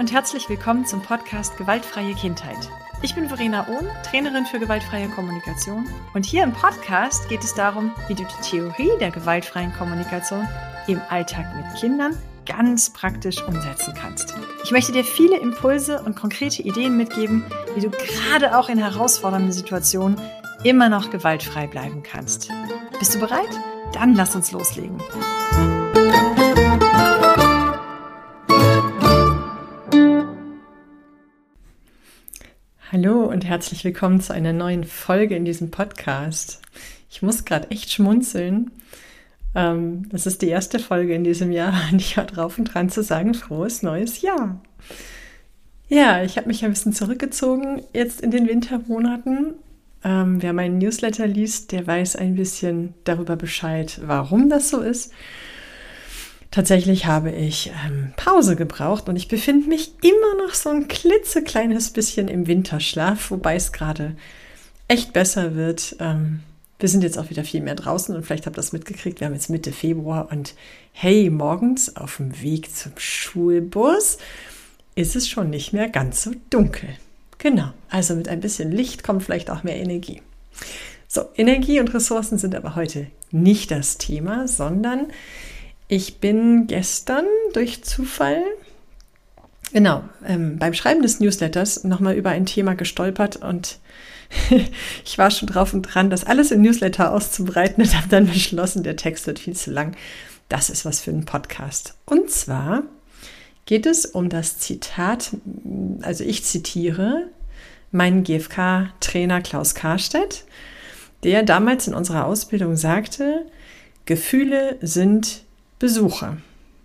und herzlich willkommen zum Podcast Gewaltfreie Kindheit. Ich bin Verena Ohn, Trainerin für gewaltfreie Kommunikation, und hier im Podcast geht es darum, wie du die Theorie der gewaltfreien Kommunikation im Alltag mit Kindern ganz praktisch umsetzen kannst. Ich möchte dir viele Impulse und konkrete Ideen mitgeben, wie du gerade auch in herausfordernden Situationen immer noch gewaltfrei bleiben kannst. Bist du bereit? Dann lass uns loslegen. Hallo und herzlich willkommen zu einer neuen Folge in diesem Podcast. Ich muss gerade echt schmunzeln. Das ist die erste Folge in diesem Jahr und ich war drauf und dran zu sagen, frohes neues Jahr. Ja, ich habe mich ein bisschen zurückgezogen jetzt in den Wintermonaten. Wer meinen Newsletter liest, der weiß ein bisschen darüber Bescheid, warum das so ist. Tatsächlich habe ich Pause gebraucht und ich befinde mich immer noch so ein klitzekleines bisschen im Winterschlaf, wobei es gerade echt besser wird. Wir sind jetzt auch wieder viel mehr draußen und vielleicht habt ihr das mitgekriegt. Wir haben jetzt Mitte Februar und hey, morgens auf dem Weg zum Schulbus ist es schon nicht mehr ganz so dunkel. Genau, also mit ein bisschen Licht kommt vielleicht auch mehr Energie. So, Energie und Ressourcen sind aber heute nicht das Thema, sondern ich bin gestern durch Zufall, beim Schreiben des Newsletters nochmal über ein Thema gestolpert und ich war schon drauf und dran, das alles im Newsletter auszubreiten und habe dann beschlossen, der Text wird viel zu lang. Das ist was für einen Podcast. Und zwar geht es um das Zitat, also ich zitiere meinen GfK-Trainer Klaus Karstedt, der damals in unserer Ausbildung sagte, Gefühle sind Besucher.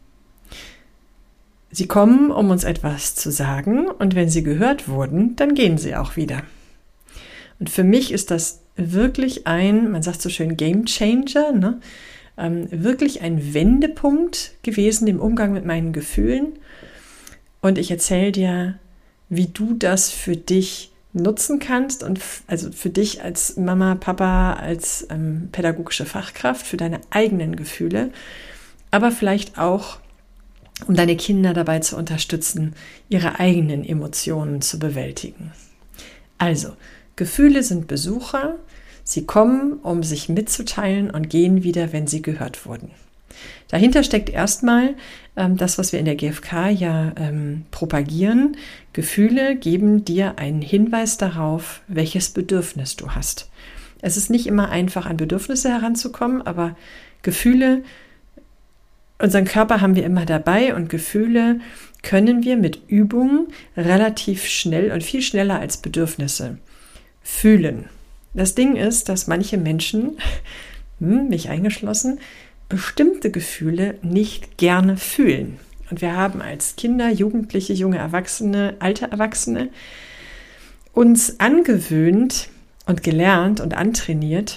Sie kommen, um uns etwas zu sagen, und wenn sie gehört wurden, dann gehen sie auch wieder. Und für mich ist das wirklich man sagt so schön Game Changer, ne? Wirklich ein Wendepunkt gewesen im Umgang mit meinen Gefühlen. Und ich erzähle dir, wie du das für dich nutzen kannst und also für dich als Mama, Papa, als pädagogische Fachkraft, für deine eigenen Gefühle, aber vielleicht auch, um deine Kinder dabei zu unterstützen, ihre eigenen Emotionen zu bewältigen. Also, Gefühle sind Besucher, sie kommen, um sich mitzuteilen und gehen wieder, wenn sie gehört wurden. Dahinter steckt erstmal das, was wir in der GfK propagieren. Gefühle geben dir einen Hinweis darauf, welches Bedürfnis du hast. Es ist nicht immer einfach, an Bedürfnisse heranzukommen, aber Gefühle, unseren Körper haben wir immer dabei und Gefühle können wir mit Übung relativ schnell und viel schneller als Bedürfnisse fühlen. Das Ding ist, dass manche Menschen, mich eingeschlossen, bestimmte Gefühle nicht gerne fühlen. Und wir haben als Kinder, Jugendliche, junge Erwachsene, alte Erwachsene uns angewöhnt und gelernt und antrainiert,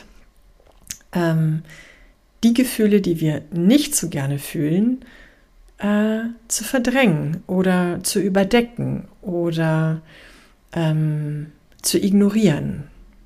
die Gefühle, die wir nicht so gerne fühlen, zu verdrängen oder zu überdecken oder zu ignorieren.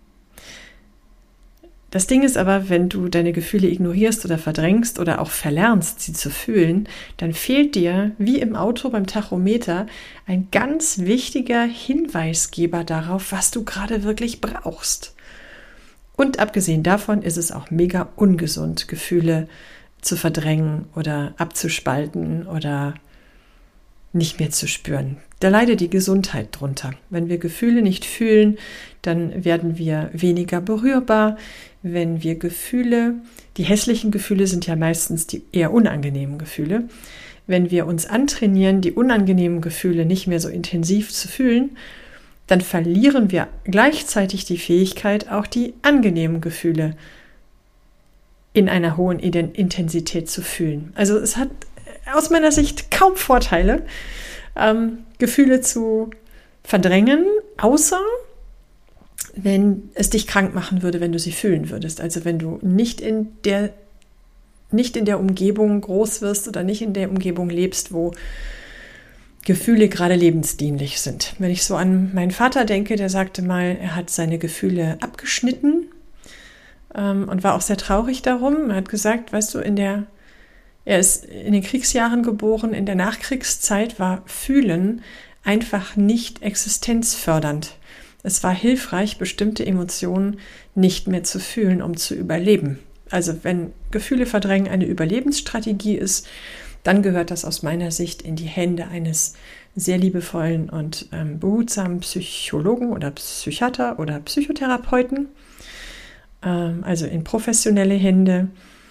Das Ding ist aber, wenn du deine Gefühle ignorierst oder verdrängst oder auch verlernst, sie zu fühlen, dann fehlt dir, wie im Auto beim Tachometer, ein ganz wichtiger Hinweisgeber darauf, was du gerade wirklich brauchst. Und abgesehen davon ist es auch mega ungesund, Gefühle zu verdrängen oder abzuspalten oder nicht mehr zu spüren. Da leidet die Gesundheit drunter. Wenn wir Gefühle nicht fühlen, dann werden wir weniger berührbar. Wenn wir die hässlichen Gefühle sind ja meistens die eher unangenehmen Gefühle. Wenn wir uns antrainieren, die unangenehmen Gefühle nicht mehr so intensiv zu fühlen, dann verlieren wir gleichzeitig die Fähigkeit, auch die angenehmen Gefühle in einer hohen Intensität zu fühlen. Also es hat aus meiner Sicht kaum Vorteile, Gefühle zu verdrängen, außer wenn es dich krank machen würde, wenn du sie fühlen würdest. Also wenn du nicht in der Umgebung groß wirst oder nicht in der Umgebung lebst, wo Gefühle gerade lebensdienlich sind. Wenn ich so an meinen Vater denke, der sagte mal, er hat seine Gefühle abgeschnitten und war auch sehr traurig darum. Er hat gesagt, weißt du, er ist in den Kriegsjahren geboren, in der Nachkriegszeit war Fühlen einfach nicht existenzfördernd. Es war hilfreich, bestimmte Emotionen nicht mehr zu fühlen, um zu überleben. Also wenn Gefühle verdrängen eine Überlebensstrategie ist, dann gehört das aus meiner Sicht in die Hände eines sehr liebevollen und behutsamen Psychologen oder Psychiater oder Psychotherapeuten, also in professionelle Hände.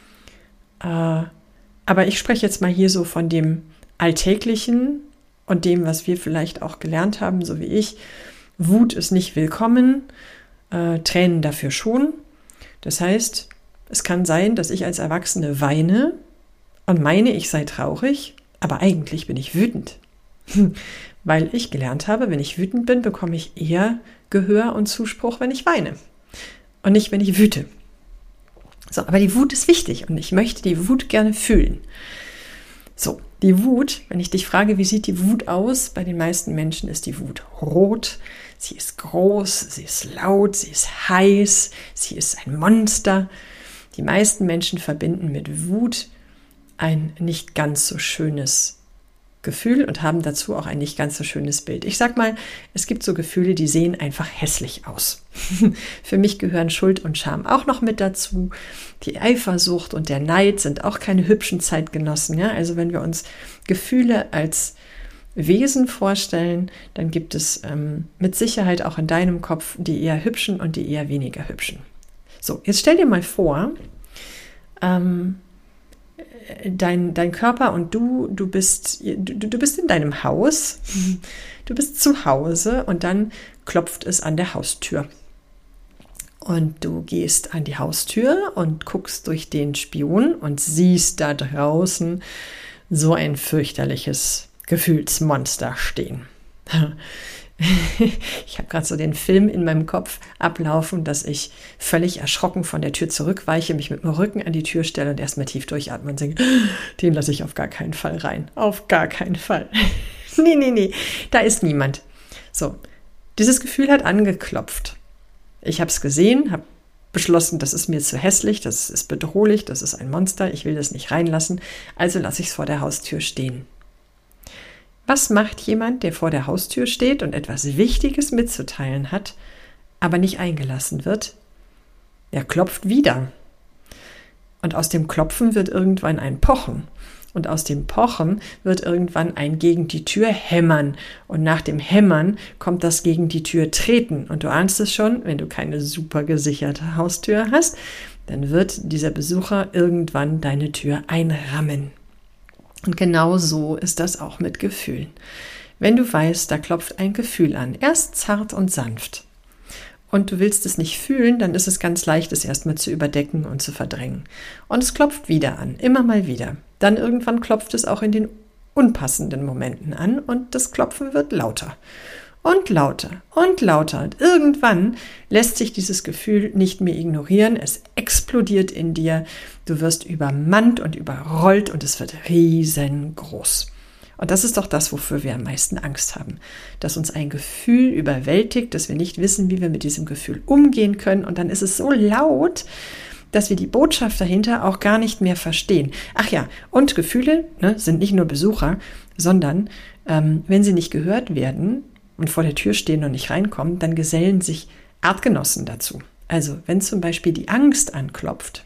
Aber ich spreche jetzt mal hier so von dem Alltäglichen und dem, was wir vielleicht auch gelernt haben, so wie ich. Wut ist nicht willkommen, Tränen dafür schon. Das heißt, es kann sein, dass ich als Erwachsene weine und meine, ich sei traurig, aber eigentlich bin ich wütend. Weil ich gelernt habe, wenn ich wütend bin, bekomme ich eher Gehör und Zuspruch, wenn ich weine. Und nicht, wenn ich wüte. So, aber die Wut ist wichtig und ich möchte die Wut gerne fühlen. So, die Wut, wenn ich dich frage, wie sieht die Wut aus? Bei den meisten Menschen ist die Wut rot, sie ist groß, sie ist laut, sie ist heiß, sie ist ein Monster. Die meisten Menschen verbinden mit Wut ein nicht ganz so schönes Gefühl und haben dazu auch ein nicht ganz so schönes Bild. Ich sag mal, es gibt so Gefühle, die sehen einfach hässlich aus. Für mich gehören Schuld und Scham auch noch mit dazu. Die Eifersucht und der Neid sind auch keine hübschen Zeitgenossen. Ja? Also wenn wir uns Gefühle als Wesen vorstellen, dann gibt es mit Sicherheit auch in deinem Kopf die eher hübschen und die eher weniger hübschen. So, jetzt stell dir mal vor, dein Körper und du bist in deinem Haus, du bist zu Hause und dann klopft es an der Haustür. Und du gehst an die Haustür und guckst durch den Spion und siehst da draußen so ein fürchterliches Gefühlsmonster stehen. Ich habe gerade so den Film in meinem Kopf ablaufen, dass ich völlig erschrocken von der Tür zurückweiche, mich mit dem Rücken an die Tür stelle und erstmal tief durchatme und denke, den lasse ich auf gar keinen Fall rein. Auf gar keinen Fall. Nee, da ist niemand. So, dieses Gefühl hat angeklopft. Ich habe es gesehen, habe beschlossen, das ist mir zu hässlich, das ist bedrohlich, das ist ein Monster, ich will das nicht reinlassen, also lasse ich es vor der Haustür stehen. Was macht jemand, der vor der Haustür steht und etwas Wichtiges mitzuteilen hat, aber nicht eingelassen wird? Er klopft wieder. Und aus dem Klopfen wird irgendwann ein Pochen. Und aus dem Pochen wird irgendwann ein gegen die Tür hämmern. Und nach dem Hämmern kommt das gegen die Tür treten. Und du ahnst es schon, wenn du keine super gesicherte Haustür hast, dann wird dieser Besucher irgendwann deine Tür einrammen. Und genau so ist das auch mit Gefühlen. Wenn du weißt, da klopft ein Gefühl an, erst zart und sanft, und du willst es nicht fühlen, dann ist es ganz leicht, es erstmal zu überdecken und zu verdrängen. Und es klopft wieder an, immer mal wieder. Dann irgendwann klopft es auch in den unpassenden Momenten an und das Klopfen wird lauter. Und lauter und lauter. Und irgendwann lässt sich dieses Gefühl nicht mehr ignorieren. Es explodiert in dir. Du wirst übermannt und überrollt und es wird riesengroß. Und das ist doch das, wofür wir am meisten Angst haben. Dass uns ein Gefühl überwältigt, dass wir nicht wissen, wie wir mit diesem Gefühl umgehen können. Und dann ist es so laut, dass wir die Botschaft dahinter auch gar nicht mehr verstehen. Ach ja, und Gefühle sind nicht nur Besucher, sondern wenn sie nicht gehört werden und vor der Tür stehen und nicht reinkommen, dann gesellen sich Artgenossen dazu. Also wenn zum Beispiel die Angst anklopft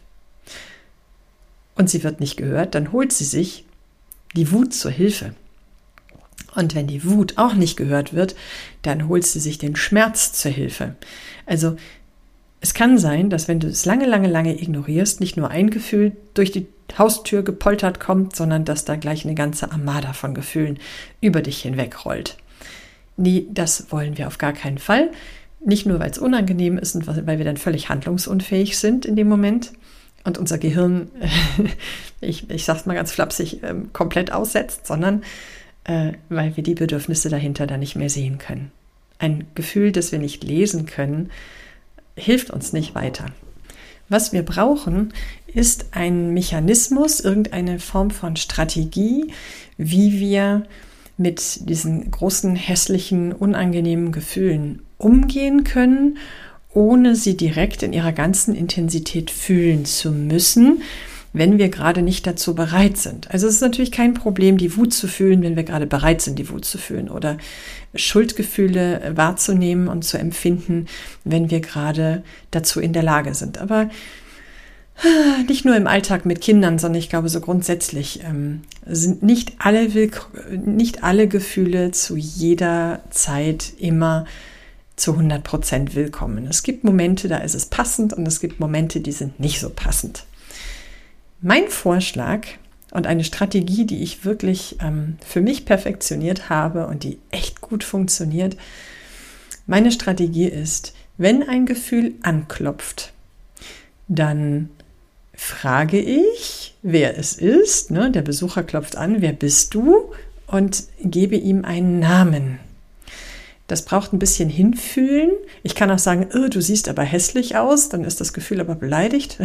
und sie wird nicht gehört, dann holt sie sich die Wut zur Hilfe. Und wenn die Wut auch nicht gehört wird, dann holt sie sich den Schmerz zur Hilfe. Also es kann sein, dass wenn du es lange ignorierst, nicht nur ein Gefühl durch die Haustür gepoltert kommt, sondern dass da gleich eine ganze Armada von Gefühlen über dich hinwegrollt. Nee, das wollen wir auf gar keinen Fall. Nicht nur, weil es unangenehm ist und weil wir dann völlig handlungsunfähig sind in dem Moment und unser Gehirn, ich sag's mal ganz flapsig, komplett aussetzt, sondern weil wir die Bedürfnisse dahinter dann nicht mehr sehen können. Ein Gefühl, das wir nicht lesen können, hilft uns nicht weiter. Was wir brauchen, ist ein Mechanismus, irgendeine Form von Strategie, wie wir mit diesen großen, hässlichen, unangenehmen Gefühlen umgehen können, ohne sie direkt in ihrer ganzen Intensität fühlen zu müssen, wenn wir gerade nicht dazu bereit sind. Also es ist natürlich kein Problem, die Wut zu fühlen, wenn wir gerade bereit sind, die Wut zu fühlen, oder Schuldgefühle wahrzunehmen und zu empfinden, wenn wir gerade dazu in der Lage sind. Aber nicht nur im Alltag mit Kindern, sondern ich glaube so grundsätzlich sind nicht alle Gefühle zu jeder Zeit immer zu 100% willkommen. Es gibt Momente, da ist es passend, und es gibt Momente, die sind nicht so passend. Mein Vorschlag und eine Strategie, die ich wirklich für mich perfektioniert habe und die echt gut funktioniert, meine Strategie ist, wenn ein Gefühl anklopft, dann frage ich, wer es ist. Ne? Der Besucher klopft an, wer bist du? Und gebe ihm einen Namen. Das braucht ein bisschen Hinfühlen. Ich kann auch sagen, du siehst aber hässlich aus, dann ist das Gefühl aber beleidigt.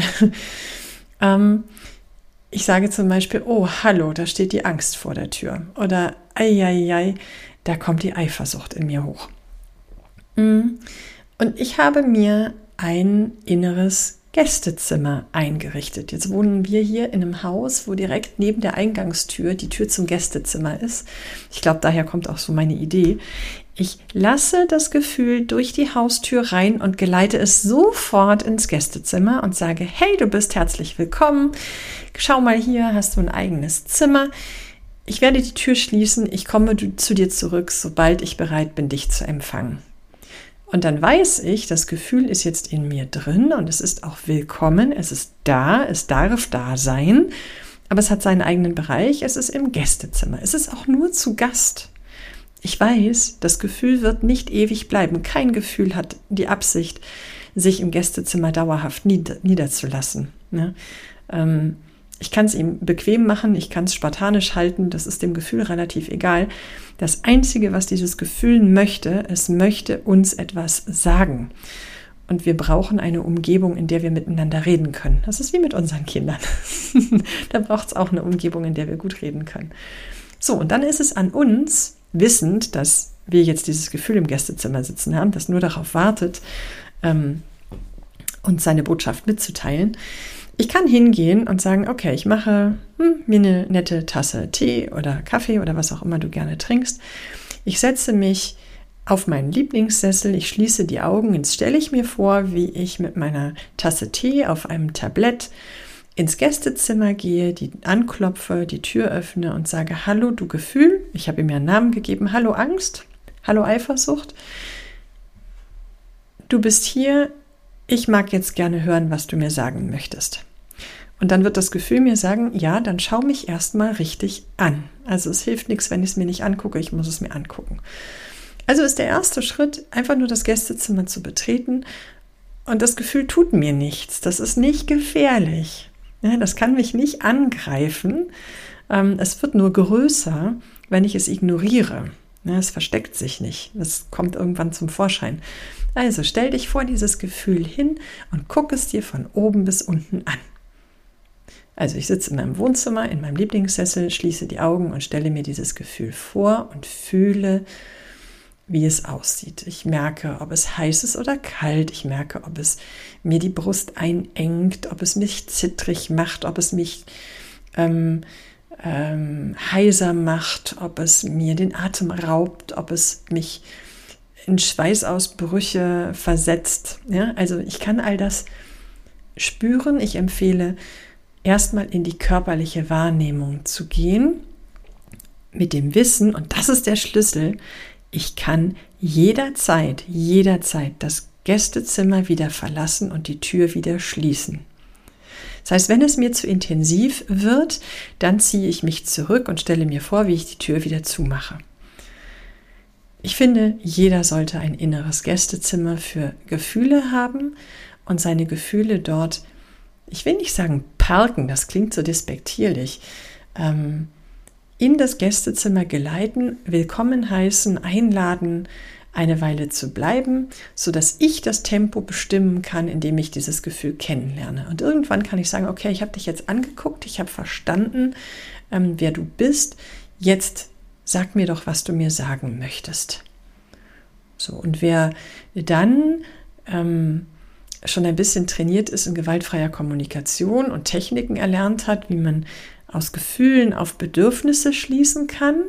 Ich sage zum Beispiel, oh, hallo, da steht die Angst vor der Tür. Oder, ei, da kommt die Eifersucht in mir hoch. Und ich habe mir ein inneres Gästezimmer eingerichtet. Jetzt wohnen wir hier in einem Haus, wo direkt neben der Eingangstür die Tür zum Gästezimmer ist. Ich glaube, daher kommt auch so meine Idee. Ich lasse das Gefühl durch die Haustür rein und geleite es sofort ins Gästezimmer und sage, hey, du bist herzlich willkommen. Schau mal hier, hast du ein eigenes Zimmer. Ich werde die Tür schließen. Ich komme zu dir zurück, sobald ich bereit bin, dich zu empfangen. Und dann weiß ich, das Gefühl ist jetzt in mir drin und es ist auch willkommen, es ist da, es darf da sein, aber es hat seinen eigenen Bereich, es ist im Gästezimmer, es ist auch nur zu Gast. Ich weiß, das Gefühl wird nicht ewig bleiben. Kein Gefühl hat die Absicht, sich im Gästezimmer dauerhaft niederzulassen. Ne? Ich kann es ihm bequem machen, ich kann es spartanisch halten, das ist dem Gefühl relativ egal. Das Einzige, was dieses Gefühl möchte, es möchte uns etwas sagen. Und wir brauchen eine Umgebung, in der wir miteinander reden können. Das ist wie mit unseren Kindern. Da braucht es auch eine Umgebung, in der wir gut reden können. So, und dann ist es an uns, wissend, dass wir jetzt dieses Gefühl im Gästezimmer sitzen haben, das nur darauf wartet, uns seine Botschaft mitzuteilen. Ich kann hingehen und sagen, okay, ich mache mir eine nette Tasse Tee oder Kaffee oder was auch immer du gerne trinkst. Ich setze mich auf meinen Lieblingssessel, ich schließe die Augen, jetzt stelle ich mir vor, wie ich mit meiner Tasse Tee auf einem Tablett ins Gästezimmer gehe, die anklopfe, die Tür öffne und sage, hallo du Gefühl, ich habe ihm ja einen Namen gegeben, hallo Angst, hallo Eifersucht, du bist hier, ich mag jetzt gerne hören, was du mir sagen möchtest. Und dann wird das Gefühl mir sagen, ja, dann schau mich erstmal richtig an. Also es hilft nichts, wenn ich es mir nicht angucke, ich muss es mir angucken. Also ist der erste Schritt, einfach nur das Gästezimmer zu betreten und das Gefühl tut mir nichts, das ist nicht gefährlich. Ja, das kann mich nicht angreifen, es wird nur größer, wenn ich es ignoriere. Ja, es versteckt sich nicht, es kommt irgendwann zum Vorschein. Also stell dich vor dieses Gefühl hin und guck es dir von oben bis unten an. Also ich sitze in meinem Wohnzimmer, in meinem Lieblingssessel, schließe die Augen und stelle mir dieses Gefühl vor und fühle, wie es aussieht. Ich merke, ob es heiß ist oder kalt. Ich merke, ob es mir die Brust einengt, ob es mich zittrig macht, ob es mich heiser macht, ob es mir den Atem raubt, ob es mich in Schweißausbrüche versetzt. Ja, also ich kann all das spüren. Ich empfehle, erstmal in die körperliche Wahrnehmung zu gehen, mit dem Wissen, und das ist der Schlüssel, ich kann jederzeit das Gästezimmer wieder verlassen und die Tür wieder schließen. Das heißt, wenn es mir zu intensiv wird, dann ziehe ich mich zurück und stelle mir vor, wie ich die Tür wieder zumache. Ich finde, jeder sollte ein inneres Gästezimmer für Gefühle haben und seine Gefühle dort, ich will nicht sagen parken, das klingt so despektierlich, in das Gästezimmer geleiten, willkommen heißen, einladen, eine Weile zu bleiben, sodass ich das Tempo bestimmen kann, in dem ich dieses Gefühl kennenlerne. Und irgendwann kann ich sagen, okay, ich habe dich jetzt angeguckt, ich habe verstanden, wer du bist, jetzt sag mir doch, was du mir sagen möchtest. So, und wer dann schon ein bisschen trainiert ist in gewaltfreier Kommunikation und Techniken erlernt hat, wie man aus Gefühlen auf Bedürfnisse schließen kann,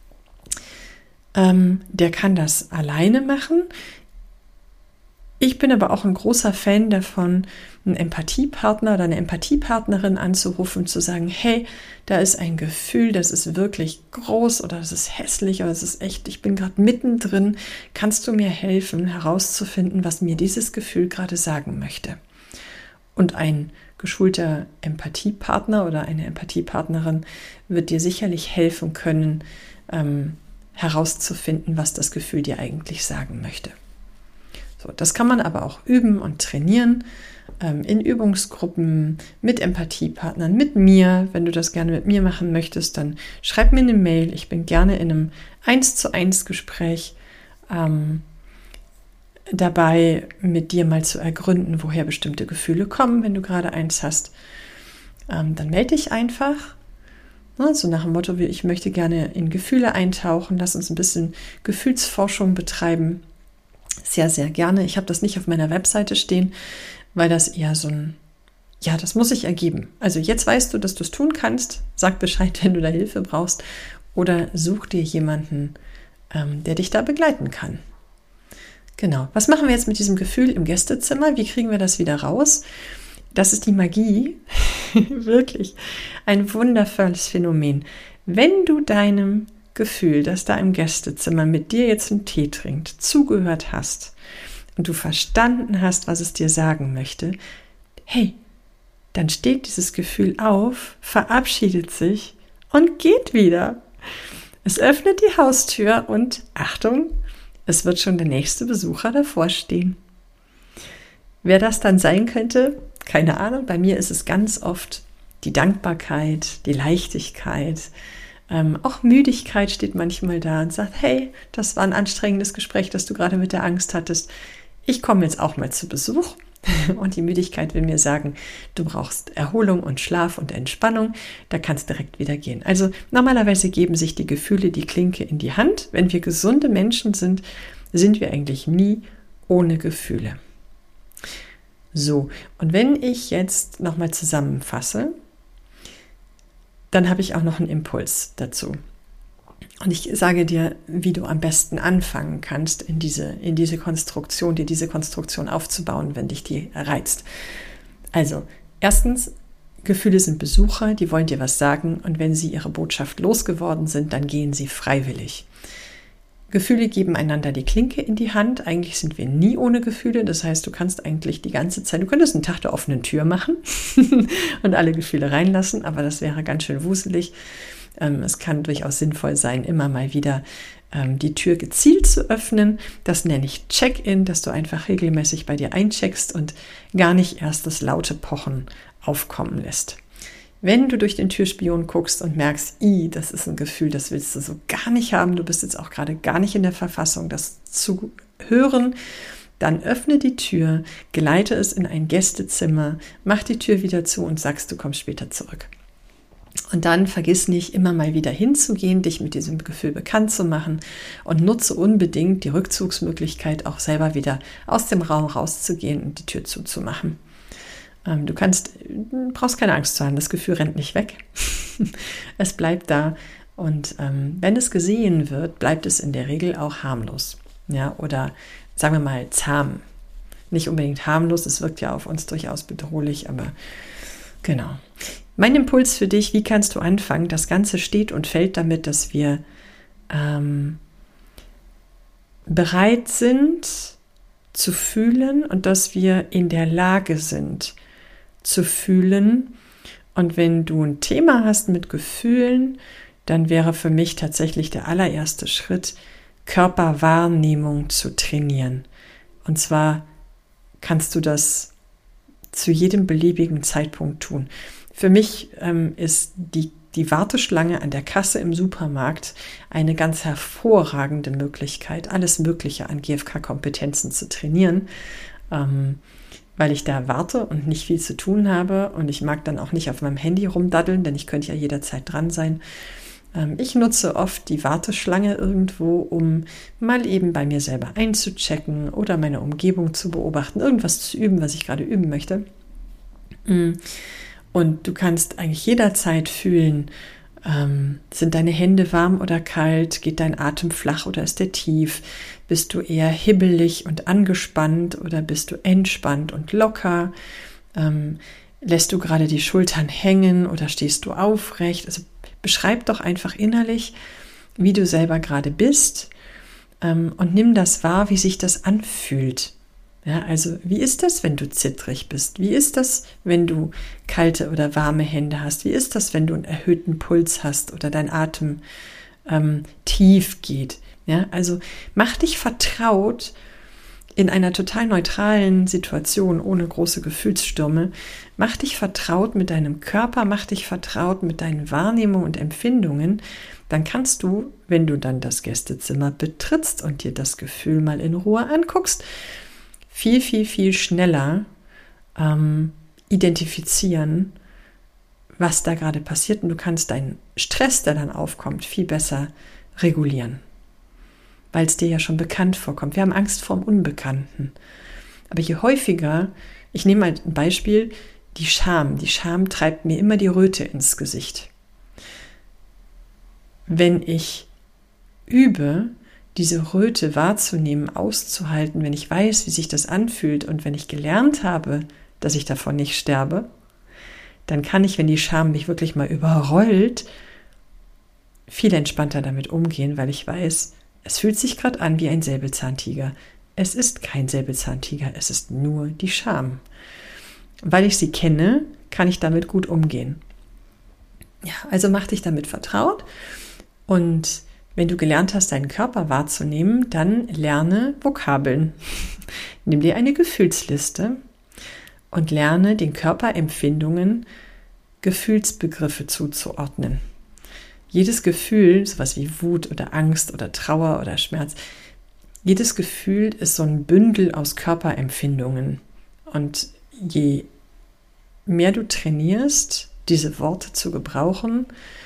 der kann das alleine machen. Ich bin aber auch ein großer Fan davon, einen Empathiepartner oder eine Empathiepartnerin anzurufen, zu sagen, hey, da ist ein Gefühl, das ist wirklich groß oder das ist hässlich oder das ist echt, ich bin gerade mittendrin, kannst du mir helfen, herauszufinden, was mir dieses Gefühl gerade sagen möchte? Und ein geschulter Empathiepartner oder eine Empathiepartnerin wird dir sicherlich helfen können, herauszufinden, was das Gefühl dir eigentlich sagen möchte. So, das kann man aber auch üben und trainieren, in Übungsgruppen, mit Empathiepartnern, mit mir. Wenn du das gerne mit mir machen möchtest, dann schreib mir eine Mail. Ich bin gerne in einem 1:1 Gespräch dabei, mit dir mal zu ergründen, woher bestimmte Gefühle kommen, wenn du gerade eins hast. Dann melde dich einfach. So nach dem Motto, ich möchte gerne in Gefühle eintauchen, lass uns ein bisschen Gefühlsforschung betreiben. Sehr, sehr gerne. Ich habe das nicht auf meiner Webseite stehen, weil das eher so ein, ja, das muss sich ergeben. Also jetzt weißt du, dass du es tun kannst. Sag Bescheid, wenn du da Hilfe brauchst. Oder such dir jemanden, der dich da begleiten kann. Genau. Was machen wir jetzt mit diesem Gefühl im Gästezimmer? Wie kriegen wir das wieder raus? Das ist die Magie. Wirklich ein wundervolles Phänomen. Wenn du deinem Gefühl, dass da im Gästezimmer mit dir jetzt einen Tee trinkt, zugehört hast und du verstanden hast, was es dir sagen möchte, hey, dann steht dieses Gefühl auf, verabschiedet sich und geht wieder. Es öffnet die Haustür und Achtung, es wird schon der nächste Besucher davor stehen. Wer das dann sein könnte, keine Ahnung, bei mir ist es ganz oft die Dankbarkeit, die Leichtigkeit, auch Müdigkeit steht manchmal da und sagt, hey, das war ein anstrengendes Gespräch, das du gerade mit der Angst hattest. Ich komme jetzt auch mal zu Besuch. Und die Müdigkeit will mir sagen, du brauchst Erholung und Schlaf und Entspannung, da kannst direkt wieder gehen. Also normalerweise geben sich die Gefühle die Klinke in die Hand. Wenn wir gesunde Menschen sind, sind wir eigentlich nie ohne Gefühle. So, und wenn ich jetzt nochmal zusammenfasse, dann habe ich auch noch einen Impuls dazu. Und ich sage dir, wie du am besten anfangen kannst, in diese Konstruktion, dir diese Konstruktion aufzubauen, wenn dich die reizt. Also, erstens, Gefühle sind Besucher, die wollen dir was sagen und wenn sie ihre Botschaft losgeworden sind, dann gehen sie freiwillig. Gefühle geben einander die Klinke in die Hand. Eigentlich sind wir nie ohne Gefühle. Das heißt, du kannst eigentlich die ganze Zeit, du könntest einen Tag der offenen Tür machen und alle Gefühle reinlassen, aber das wäre ganz schön wuselig. Es kann durchaus sinnvoll sein, immer mal wieder die Tür gezielt zu öffnen. Das nenne ich Check-in, dass du einfach regelmäßig bei dir eincheckst und gar nicht erst das laute Pochen aufkommen lässt. Wenn du durch den Türspion guckst und merkst, das ist ein Gefühl, das willst du so gar nicht haben, du bist jetzt auch gerade gar nicht in der Verfassung, das zu hören, dann öffne die Tür, geleite es in ein Gästezimmer, mach die Tür wieder zu und sagst, du kommst später zurück. Und dann vergiss nicht, immer mal wieder hinzugehen, dich mit diesem Gefühl bekannt zu machen und nutze unbedingt die Rückzugsmöglichkeit, auch selber wieder aus dem Raum rauszugehen und die Tür zuzumachen. Du brauchst keine Angst zu haben, das Gefühl rennt nicht weg. Es bleibt da und wenn es gesehen wird, bleibt es in der Regel auch harmlos. Ja, oder sagen wir mal zahm. Nicht unbedingt harmlos, es wirkt ja auf uns durchaus bedrohlich, aber genau. Mein Impuls für dich, wie kannst du anfangen? Das Ganze steht und fällt damit, dass wir bereit sind zu fühlen und dass wir in der Lage sind zu fühlen. Und wenn du ein Thema hast mit Gefühlen, dann wäre für mich tatsächlich der allererste Schritt, Körperwahrnehmung zu trainieren. Und zwar kannst du das zu jedem beliebigen Zeitpunkt tun. Für mich ist die Warteschlange an der Kasse im Supermarkt eine ganz hervorragende Möglichkeit, alles Mögliche an GFK-Kompetenzen zu trainieren, weil ich da warte und nicht viel zu tun habe und ich mag dann auch nicht auf meinem Handy rumdaddeln, denn ich könnte ja jederzeit dran sein. Ich nutze oft die Warteschlange irgendwo, um mal eben bei mir selber einzuchecken oder meine Umgebung zu beobachten, irgendwas zu üben, was ich gerade üben möchte. Und du kannst eigentlich jederzeit fühlen, sind deine Hände warm oder kalt, geht dein Atem flach oder ist der tief, bist du eher hibbelig und angespannt oder bist du entspannt und locker, lässt du gerade die Schultern hängen oder stehst du aufrecht, also beschreib doch einfach innerlich, wie du selber gerade bist, und nimm das wahr, wie sich das anfühlt. Ja, also wie ist das, wenn du zittrig bist? Wie ist das, wenn du kalte oder warme Hände hast? Wie ist das, wenn du einen erhöhten Puls hast oder dein Atem tief geht? Ja, also mach dich vertraut in einer total neutralen Situation, ohne große Gefühlsstürme. Mach dich vertraut mit deinem Körper, mach dich vertraut mit deinen Wahrnehmungen und Empfindungen. Dann kannst du, wenn du dann das Gästezimmer betrittst und dir das Gefühl mal in Ruhe anguckst, viel, viel, viel schneller identifizieren, was da gerade passiert. Und du kannst deinen Stress, der dann aufkommt, viel besser regulieren, weil es dir ja schon bekannt vorkommt. Wir haben Angst vor dem Unbekannten. Aber je häufiger, ich nehme mal ein Beispiel, die Scham. Die Scham treibt mir immer die Röte ins Gesicht. Wenn ich übe, diese Röte wahrzunehmen, auszuhalten, wenn ich weiß, wie sich das anfühlt und wenn ich gelernt habe, dass ich davon nicht sterbe, dann kann ich, wenn die Scham mich wirklich mal überrollt, viel entspannter damit umgehen, weil ich weiß, es fühlt sich gerade an wie ein Säbelzahntiger. Es ist kein Säbelzahntiger, es ist nur die Scham. Weil ich sie kenne, kann ich damit gut umgehen. Ja, also mach dich damit vertraut und wenn du gelernt hast, deinen Körper wahrzunehmen, dann lerne Vokabeln. Nimm dir eine Gefühlsliste und lerne den Körperempfindungen Gefühlsbegriffe zuzuordnen. Jedes Gefühl, sowas wie Wut oder Angst oder Trauer oder Schmerz, jedes Gefühl ist so ein Bündel aus Körperempfindungen. Und je mehr du trainierst, diese Worte zu gebrauchen,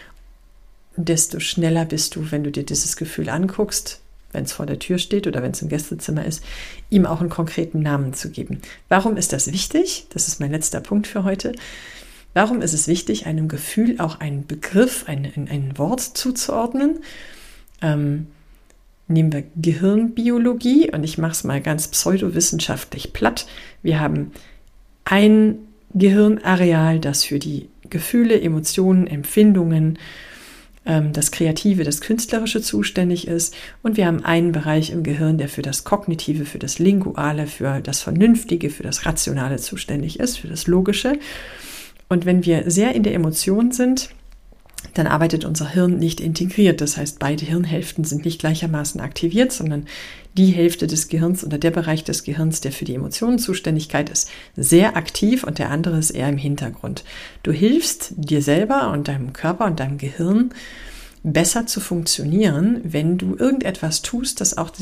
desto schneller bist du, wenn du dir dieses Gefühl anguckst, wenn es vor der Tür steht oder wenn es im Gästezimmer ist, ihm auch einen konkreten Namen zu geben. Warum ist das wichtig? Das ist mein letzter Punkt für heute. Warum ist es wichtig, einem Gefühl auch einen Begriff, ein Wort zuzuordnen? Nehmen wir Gehirnbiologie und ich mache es mal ganz pseudowissenschaftlich platt. Wir haben ein Gehirnareal, das für die Gefühle, Emotionen, Empfindungen, das Kreative, das Künstlerische zuständig ist. Und wir haben einen Bereich im Gehirn, der für das Kognitive, für das Linguale, für das Vernünftige, für das Rationale zuständig ist, für das Logische. Und wenn wir sehr in der Emotion sind, dann arbeitet unser Hirn nicht integriert. Das heißt, beide Hirnhälften sind nicht gleichermaßen aktiviert, sondern die Hälfte des Gehirns oder der Bereich des Gehirns, der für die Emotionen zuständigkeit ist, sehr aktiv und der andere ist eher im Hintergrund. Du hilfst dir selber und deinem Körper und deinem Gehirn besser zu funktionieren, wenn du irgendetwas tust, das auch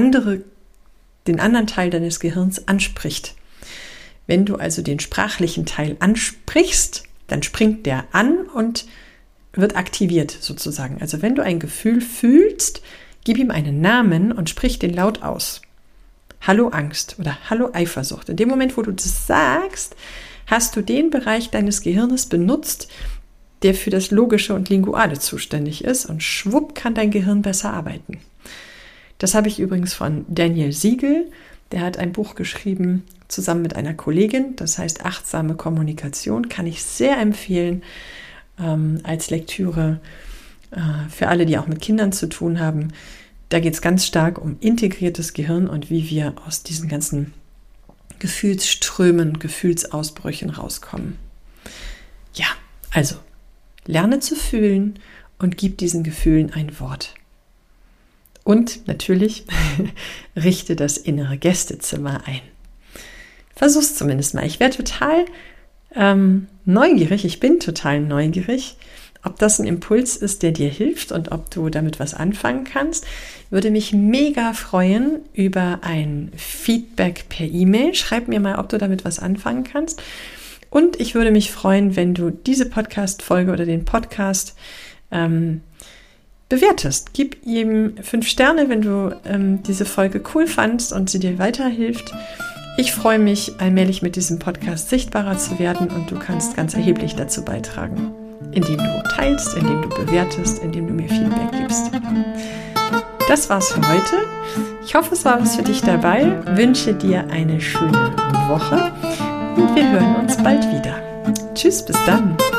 den anderen Teil deines Gehirns anspricht. Wenn du also den sprachlichen Teil ansprichst, dann springt der an und wird aktiviert sozusagen. Also wenn du ein Gefühl fühlst, gib ihm einen Namen und sprich den laut aus. Hallo Angst oder Hallo Eifersucht. In dem Moment, wo du das sagst, hast du den Bereich deines Gehirnes benutzt, der für das Logische und Linguale zuständig ist und schwupp kann dein Gehirn besser arbeiten. Das habe ich übrigens von Daniel Siegel. Der hat ein Buch geschrieben, zusammen mit einer Kollegin, das heißt Achtsame Kommunikation, kann ich sehr empfehlen als Lektüre für alle, die auch mit Kindern zu tun haben. Da geht es ganz stark um integriertes Gehirn und wie wir aus diesen ganzen Gefühlsströmen, Gefühlsausbrüchen rauskommen. Ja, also lerne zu fühlen und gib diesen Gefühlen ein Wort. Und natürlich richte das innere Gästezimmer ein. Versuch's zumindest mal. Ich wäre total neugierig, ich bin total neugierig, ob das ein Impuls ist, der dir hilft und ob du damit was anfangen kannst. Würde mich mega freuen über ein Feedback per E-Mail. Schreib mir mal, ob du damit was anfangen kannst. Und ich würde mich freuen, wenn du diese Podcast-Folge oder den Podcast bewertest. Gib ihm 5 Sterne, wenn du diese Folge cool fandst und sie dir weiterhilft. Ich freue mich, allmählich mit diesem Podcast sichtbarer zu werden und du kannst ganz erheblich dazu beitragen, indem du teilst, indem du bewertest, indem du mir Feedback gibst. Das war's für heute. Ich hoffe, es war was für dich dabei. Wünsche dir eine schöne Woche und wir hören uns bald wieder. Tschüss, bis dann.